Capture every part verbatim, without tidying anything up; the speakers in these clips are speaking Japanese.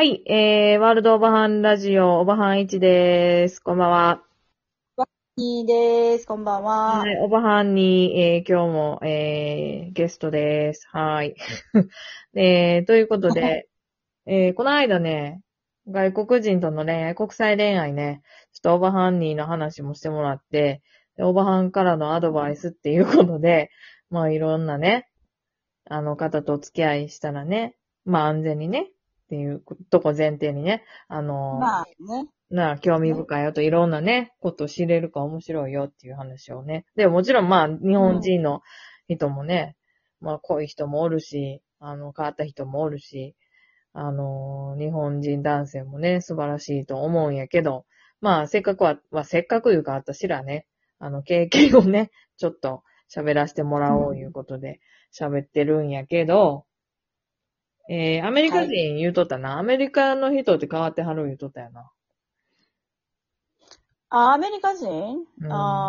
はい、えー、ワールドオバハンラジオ、オバハンいちです。こんばんは。 わにです。こんばんは。 はい、オバハンに、えー、今日も、えー、ゲストです。はい。えー、ということで、えー、この間ね、外国人との恋愛、国際恋愛ね、ちょっとオバハンニーの話もしてもらって、でオバハンからのアドバイスっていうことで、まあいろんなね、あの方とお付き合いしたらね、まあ安全にね、っていうとこ前提にね、あの、 まあね。 なあ、興味ね。 深いよといろんなね、ことを知れるか面白いよっていう話をね。でももちろんまあ、日うん。 本人の人もね、まあ、濃い人もおるし、あの、変わった人もおるし、あの、日本人男性もね、素晴らしいと思うんやけど、まあ、せっかくは、まあ、せっかくいうか、私らね、あの、経験をね、ちょっと喋らせてもらおういうことで喋ってるんやけど、えー、アメリカはい。 人言うとったな。アメリカの人って変わってはる言うとったよな。 あ、アメリカ人うん。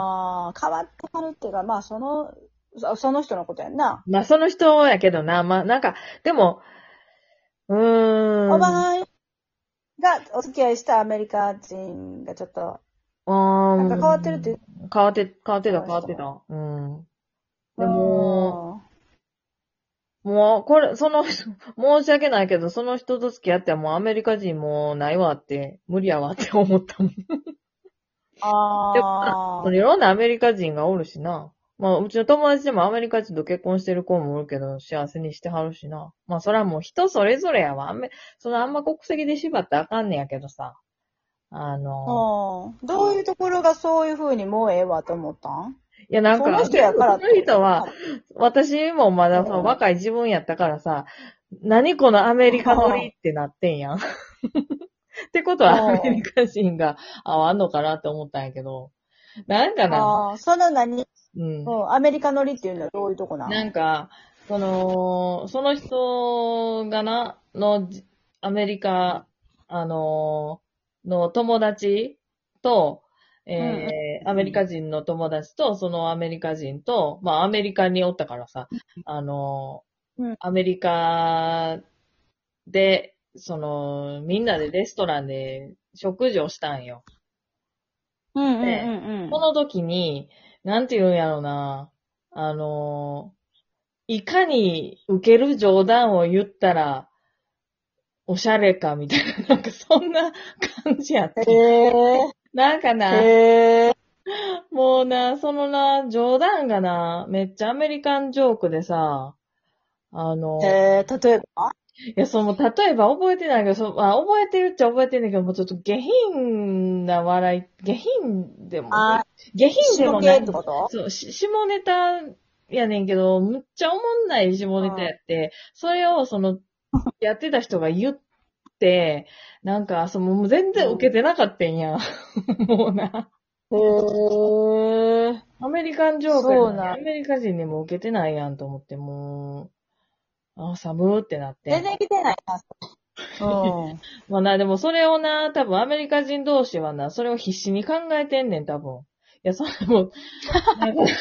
ああー、変わってはるっていうか、まあ、その、そその人のことやんな。 まあ、その人やけどな。まあ、なんか、でも、うーん。 おばはんがお付き合いしたアメリカ人がちょっと、 あなんか変わってるってー言う、 変わって、変わってた、 その人。 変わってた。うん。 うでも、 ーん。 もう、これ、その人、申し訳ないけど、その人と付き合ってはもうアメリカ人もうないわって、無理やわって思ったもん。でもまあ、いああ、 ろんなアメリカ人がおるしな。まあ、うちの友達でもアメリカ人と結婚してる子もおるけど、幸せにしてはるしな。まあ、それはもう人それぞれやわ。あんめ、そのあんま国籍で縛ったらあかんねやけどさ。あの、 うん。どういうところがそういうふうにもうええわと思ったん？ いや、なんか、 その人や結構そのからって。 人は、私もまだその若い自分やったからさ、何このアメリカ乗りってなってんやん。ってことはアメリうん。 カ人が合わんのかなって思ったんやけど、なんかな、 ああ、その何、 うん。 うん、アメリカ乗りっていうのはどういうとこななん？ んか、その、その人がな、の、じアメリカ、あの、の友達と、 うんうんえー、アメリカ人の友達と、そのアメリカ人と、まあアメリカにおったからさ、あの、 うん。 アメリカで、その、みんなでレストランで食事をしたんよ。 うんうんで、 うんうん。 その時に、なんて言うんやろうな、あの、いかに受ける冗談を言ったら、おしゃれかみたいな、なんかそんな感じやっへて。 え、 なんかへな、 え、 もうな、そのな、冗談がな、めっちゃアメリカンジョークでさ、あの、 へえ、例えば？ いや、その、例えば覚えてないけど、そあ、覚えてるっちゃ覚えてんだけど、もうちょっと下品な笑い、下品でも、 あ、 下品で下系もない。 ってこと？ そう、し下ネタやねんけど、むっちゃおもんない下ネタうん。 やって、それをその、やってた人が言って、なんか、その、もう全然受けうん。 てなかったんや。もうな。 へえ、 アメリカンジョークやのに、 そうなん。 アメリカ人にも受けてないやんと思って、もう、あ、寒ーってなって。 全然来てないな。うん。 まあな、でもそれをな、多分アメリカ人同士はな、それを必死に考えてんねん、多分。いや、それも、なんか、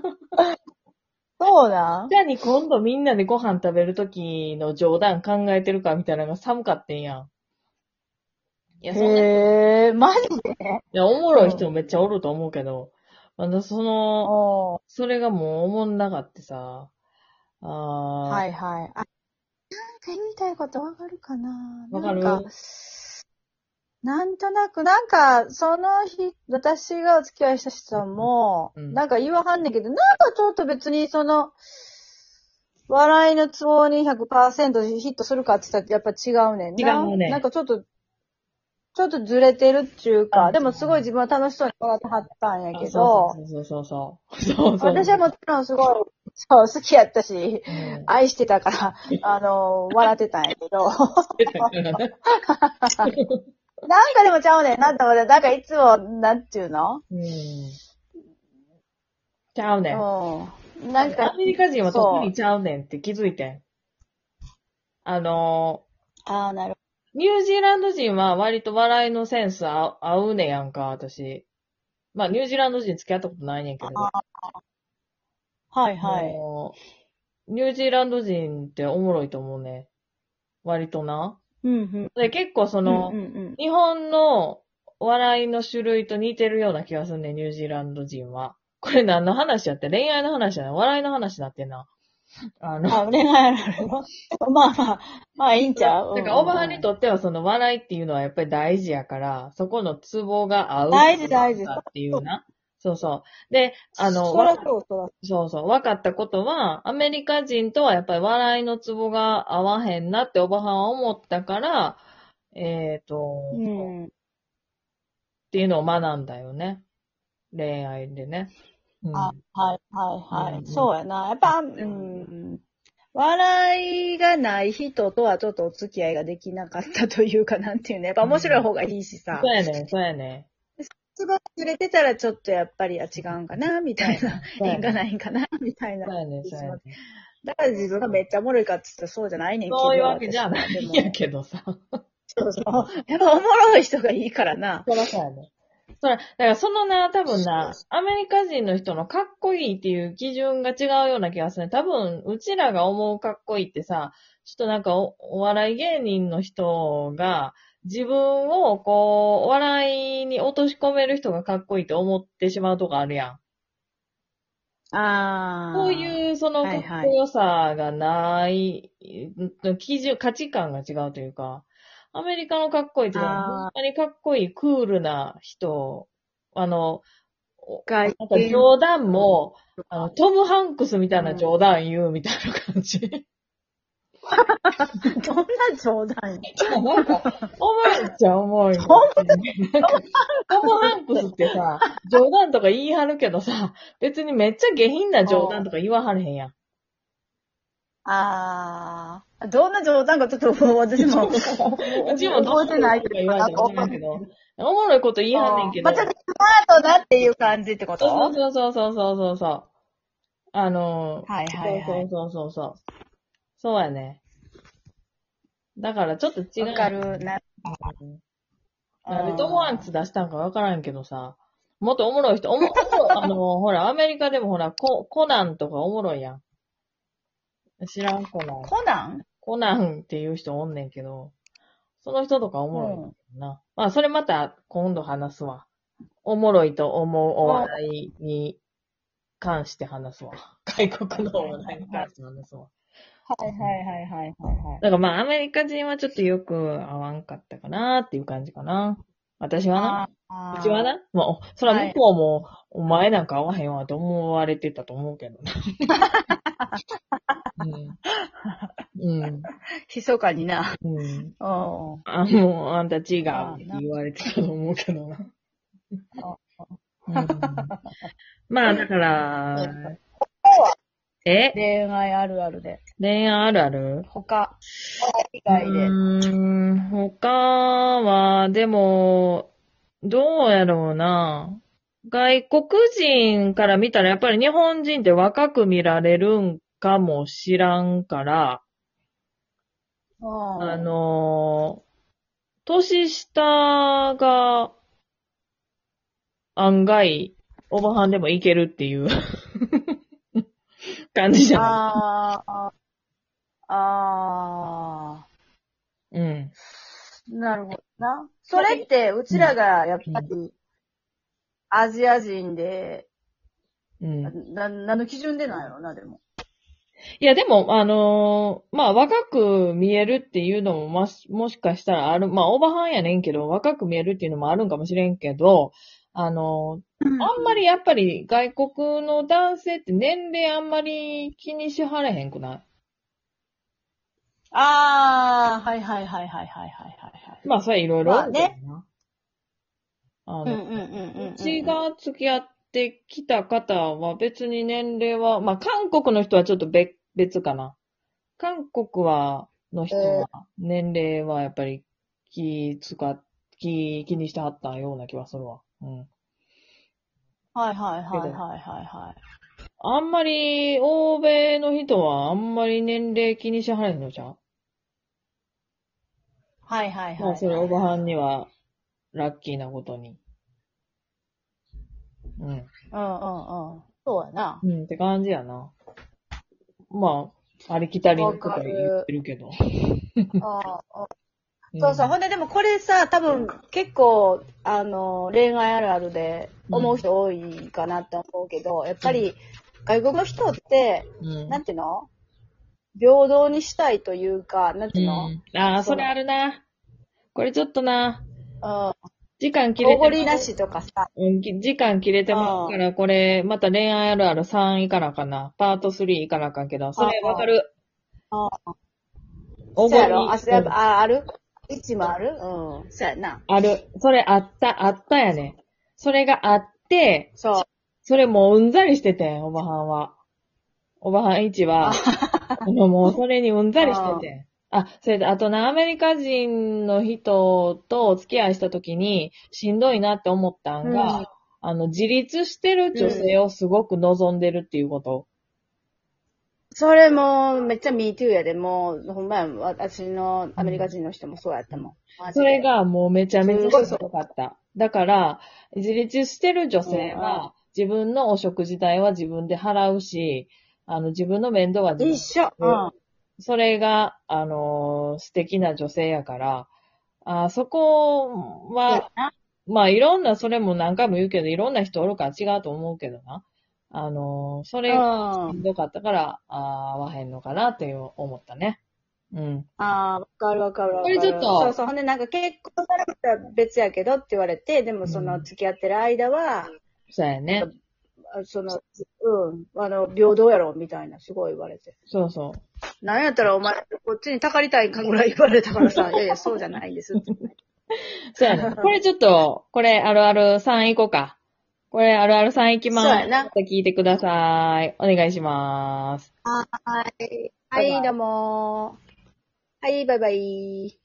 そうなん？ いかに今度みんなでご飯食べるときの冗談考えてるかみたいなのが寒かってんやん。いや、そんな人、いへえ、マジで？ や、おもろいうん。 人めっちゃおると思うけど、まだその、 おー、 それがもうおもんなかってさ、あはいはい。あ、なんか言いたいことわかるかな？ ー、わかなんか、 る。 なんとなく、なんか、その日、私がお付き合いした人も、 うん。 なんか言わはんねんけど、なんかちょっと別にその、笑いのツボにひゃくパーセントヒットするかって言ったらやっぱ違うねん違な。 うね。 なんかちょっと、ちょっとずれてるっていうか、 あ、 でもすごい自分は楽しそうに笑ってはったんやあ、 けそうそうど、 そうそうそう。そうそう私はもそちろんすごい、そう、好きやったし、 う。うん。 愛してたから、あの、笑ってたんやけど、 してたからな。 なんかでもちゃうねんなって思って、なんかいつも、なんていうの？ うん。ちゃうねん。 うん。なんか、 アメリカ人は特にそう。 ちゃうねんって気づいてん。あのああ、なるニュージーランド人は割と笑いのセンス合合うねやんか、私。まあ、ニュージーランド人付き合ったことないねんけほど。 ど。 ああ、はいはい。 もう、ニュージーランド人っておもろいと思うね。割とな。 うんうん。 で、結構その、 うんうんうん。 日本の笑いの種類と似てるような気がするね、ニュージーランド人は。これ何の話やって恋愛の話じゃない笑いの話になってんな。あの、 あ、恋愛あるあるよ。まあまあ、まあいいんちゃう。うんだから、おばはんにとってはその笑いっていうのはやっぱり大事やから、そこのツボが合う大事大事。 かっていうな。そうそう。で、あの、 そわらそうそらそうそう、分かったことは、アメリカ人とはやっぱり笑いのツボが合わへんなっておばはんは思ったから、えっと、 う。うそうっん。 ていうのを学んだよね。恋愛でね。うあ、 ん。 はいうんはいはい。 うん。 そうやな。やっぱ、うん。笑いがない人とはちょっとお付き合いができなかったというか、なんていうね。やっぱ面白い方がいいしさ。 そうやねん、そうやねつばずれてたらちょっとやっぱり、あ、違うんかなみたいな。 そういいんかやねん。 ないんかなみたいな。 そうやねん、そうやねん。 だから自分がめっちゃおもろいかって言ったらそうじゃないねんけど、 そういうわけじゃ私は。でないんやも、 けどさ。 そうそう。やっぱおもろい人がいいからな。 そらそうやね。そら、だからそのな、多分な、アメリカ人の人のかっこいいっていう基準が違うような気がするね。多分、うちらが思うかっこいいってさ、ちょっとなんかお、お笑い芸人の人が、自分をこう、お笑いに落とし込める人がかっこいいって思ってしまうとこあるやん。そうあいう、そあ。 のかっはいはい。 こよさがない、ん基準、価値観が違うというか、アメリカのかっこいいっていうのは、ほんああ。 まにかっこいい、クールな人、あの、お外なんか見冗談とも、あの、トム・ハンクスみたいなうん。 冗談言うみたいな感じ。 どんな冗談や。 なんか、おもろいっちゃおもろいね。なんか、トム・ハンクスってさ、冗談とか言い張るけどさ、別にめっちゃ下品な冗談とか言わはれへんやん。 ああ。どんな冗談かちょっと私もうちもど覚えてないけど、 うとか言われなんかたらわからんけど、おもろいこと言いはんねんけど、 まあ、ちょっとスマートなっていう感じってこそうとそうそうそうそうそうそう。あの、 はいはいはい。 そうそうそうそうそう。そうやね。だからちょっと違うわかやん。 るな。 うんうなんでトム・ハンクん。 ス出したんかわからんけどさ、もっとおもろい人、おも、おもろい、あの、ほら、アメリカでもほら、コ、コナンとかおもろいやん。知らんコナン。 コナンコナンっていう人おんねんけど、その人とかおもろいうん。 な。まあ、それまた今度話すわ。おもろいと思うおは笑いに関して話すわ。外国のお笑いに関して話すわ。 いはいはいはいはいはい。 だからまあ、アメリカ人はちょっとよく合わんかったかなっていう感じかな。私はな。 ああ。 うちはな。まあ、そら向こうも、お前なんか合わへんわと思われてたと思うけどね。うん。うん。 密かにな。 うん。 うん。 あ、もう、あんた違うってまあな。 言われてたと思うけどな。うん。まあ、だかえら、え恋愛あるあるで。 恋愛あるある他、以う外で。 ーん、他は、でも、どうやろうな。外国人から見たらやっぱり日本人って若く見られるんかもしらんから、あうん。 の年下が案外、おばはんでもいけるっていう感じじゃない。 ああ、ああ、 うん。 なるほどな。それって、うちらがやっぱりアジア人で、 うん。うん。 な、何の基準でなんやろな、でも。 いや、でも、あのーまあ、若く見えるっていうのも、まし、もしかしたらある、まあ、おばはんやねんけど、若く見えるっていうのもあるんかもしれんけど、あのーあんまりやっぱり外国の男性って年齢あんまり気にしはれへんくない？ ああ、はいはいはいはいはいはいはい。 まあ、それいろいろあるけまあね。 どな。あの、 うんうんうんうんうんうちうん。 が付き合ってきた方は別に年齢は、まあ、韓国の人はちょっと別、別かな。韓国は、の人えは、年齢はやっぱり気使っ、気、気にしてはったような気はするわ。うん。 はいはいけど、 はいはいはいはい。 あんまり、欧米の人はあんまり年齢気にしはれんのじゃう？ はいはいまあ、 はいはいそれおばはんにはは、ラッキーなことに。うん。 い。うんうんうん。そうやな。 うん、って感じやな。まあ、ありきたりわかのこと言っる。 てるけど。 ああ、 そうそう。 んほんで、でもこれさ、多分結構、あの、恋愛あるあるで思う人多いかなって思うけど、やっぱり外国の人って、 うん。 なんていうの平等にしたいというか、なんていうのうん。ああ、それあその、 るな。これちょっとな、 うん、 時間切おれてまごりなしとかさ、 う。うん、き時間切れてうん、 まうかあら、これ、また恋愛あるあるさんいかなあかんな。パートスリーいかなあかんけど、それわかあ、 る。 ああ、 おそうやろあ、 ごり、 それやっぱ、 うん、 あ、ある位置もあるうん、そうやな。 ある。それあった、あったやね。それがあって、 そう。 それもううんざりしててん、おばはんは。おばはんいちあ、 は、あのもうそれにうんざりしてあ、 てん。あ、それで、あとな、アメリカ人の人とお付き合いしたときに、しんどいなって思ったんうん、 が、あの、自立してる女うん。 性をすごく望んでるっていうこと。 それも、めっちゃ Me Too やで、もう、ほんまや、私のアメリカうん。 人の人もそうやったもん。マそジで。 れがもうめちゃめちゃしんすごいそう。 どかった。だから、自立してる女うん、あ、 性は、自分のお食事代は自分で払うし、あの、自分の面倒は自分で一緒。 見る。 うん。 それが、あのー素敵な女性やから、あ、そこは、 そうやな。 まあいろんな、それも何回も言うけど、いろんな人おるから違うと思うけどな。あのーそうん。 れがしあんどかったから、あー合わへんのかなっていう思ったね。うん。 あ、わかるわかるこれちょっわかる。そうと、 そう。ほんで、なんか結婚されたら別やけどって言われて、でもそのうん、 付き合ってる間は、 そうやなんか、 ね。 あその、うん、あの、平等やろ、みたいな、すごい言われて。 そうそう。 なんやったらお前、こっちにたかりたいかぐらい言われたからさ、いやいや、そうじゃないんですって。 そうやね。これちょっと、これあるあるさん行こうか。これあるあるさん行きます。 そうやな。 また聞いてください。お願いします。 はい。はい、どうバイバイ。 も。はい、バイバイ。